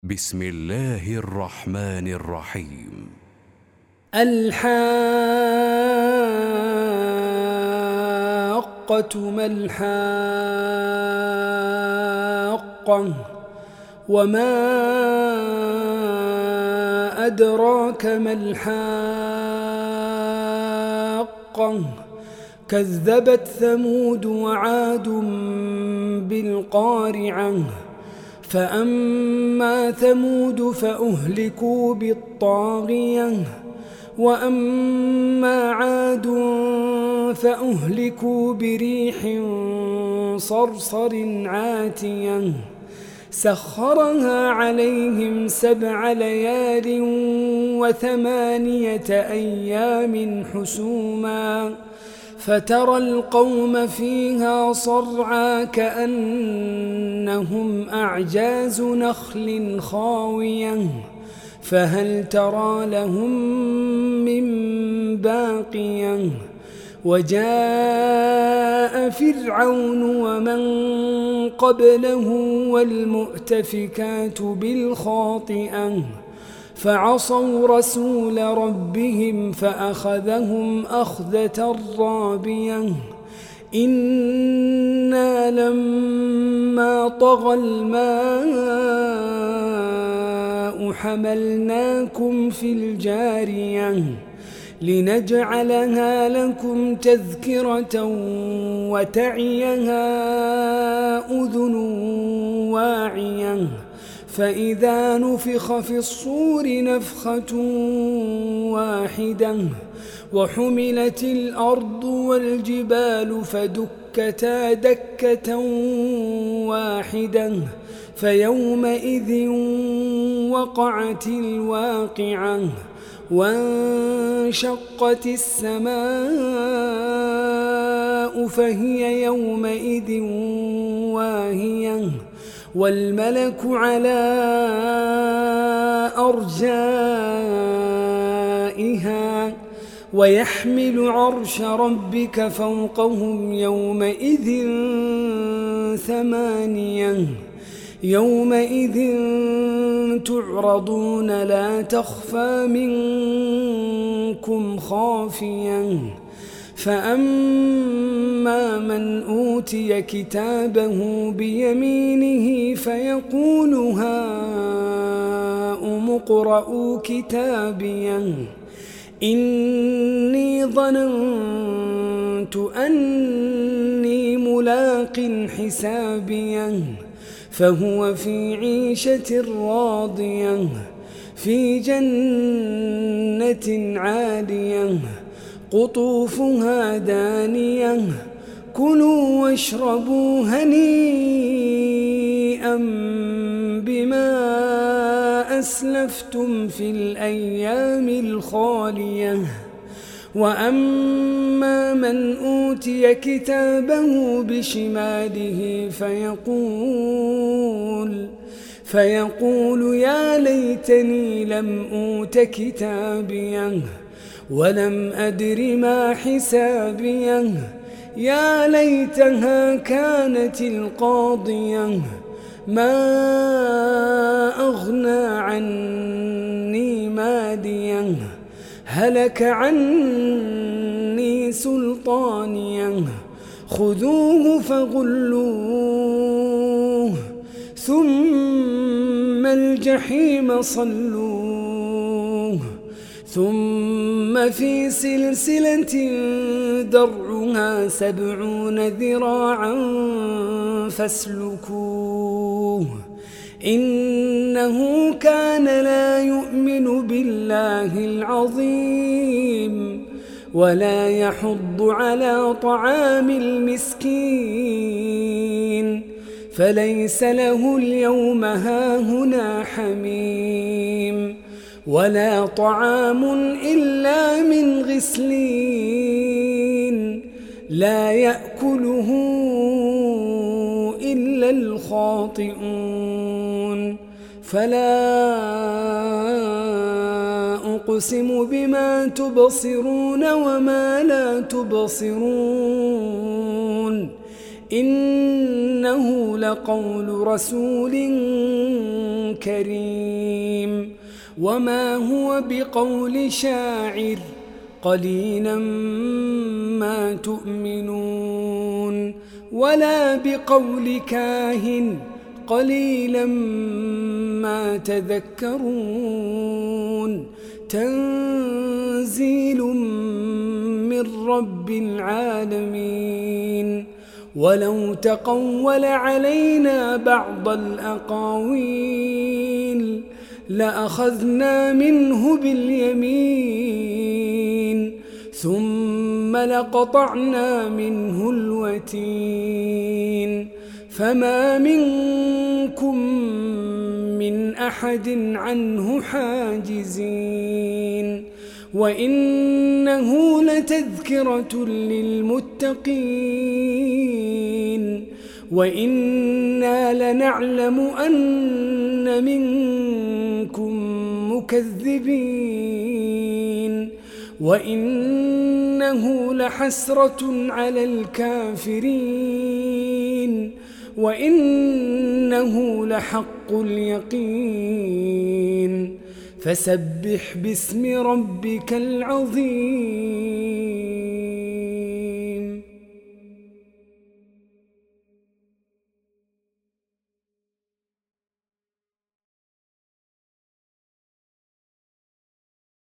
بسم الله الرحمن الرحيم. الحاقة ما الحاقة وما أدراك ما الحاقة كذبت ثمود وعاد بالقارعة فأما ثمود فأهلكوا بالطاغية وأما عاد فأهلكوا بريح صرصر عاتية سخرها عليهم 7 ليال و8 أيام حسوما فترى القوم فيها صرعى كأنهم أعجاز نخل خاوية فهل ترى لهم من باقية وجاء فرعون ومن قبله والمؤتفكات بالخاطئة فعصوا رسول ربهم فأخذهم أخذة رابية إنا لما طغى الماء حملناكم في الجارية لنجعلها لكم تذكرة وتعيها أذن واعية فإذا نفخ في الصور نفخة واحدة وحملت الأرض والجبال فدكتا دكة واحدة فيومئذ وقعت الواقعة وانشقت السماء فهي يومئذ واهية والملك على أرجائها ويحمل عرش ربك فوقهم يومئذ 8 يومئذ تعرضون لا تخفى منكم خافية فأما من أوتي كتابه بيمينه فيقول هاؤم اقرءوا كتابيه إني ظننت أني ملاق حسابيه فهو في عيشة راضية في جنة عالية قطوفها دانية كلوا واشربوا هنيئا بما أسلفتم في الأيام الخالية وأما من أوتي كتابه بشماله فيقول يا ليتني لم أوت كتابيه ولم أدر ما حسابيه يا ليتها كانت القاضية ما أغنى عني ماليه هلك عني سلطانيه خذوه فغلوه ثم الجحيم صلوه ثم في سلسلة درعها 70 ذراعا فاسلكوه إنه كان لا يؤمن بالله العظيم ولا يحض على طعام المسكين فليس له اليوم هاهنا حميم ولا طعام إلا من غسلين لا يأكله إلا الخاطئون فلا أقسم بما تبصرون وما لا تبصرون إنه لقول رسول كريم وما هو بقول شاعر قليلا ما تؤمنون ولا بقول كاهن قليلا ما تذكرون تنزيل من رب العالمين ولو تقول علينا بعض الأقاويل لأخذنا منه باليمين ثم لقطعنا منه الوتين فما منكم من أحد عنه حاجزين وإنه لتذكرة للمتقين وإنا لنعلم أن منكم مكذبين وإنه لحسرة على الكافرين وإنه لحق اليقين فسبح باسم ربك العظيم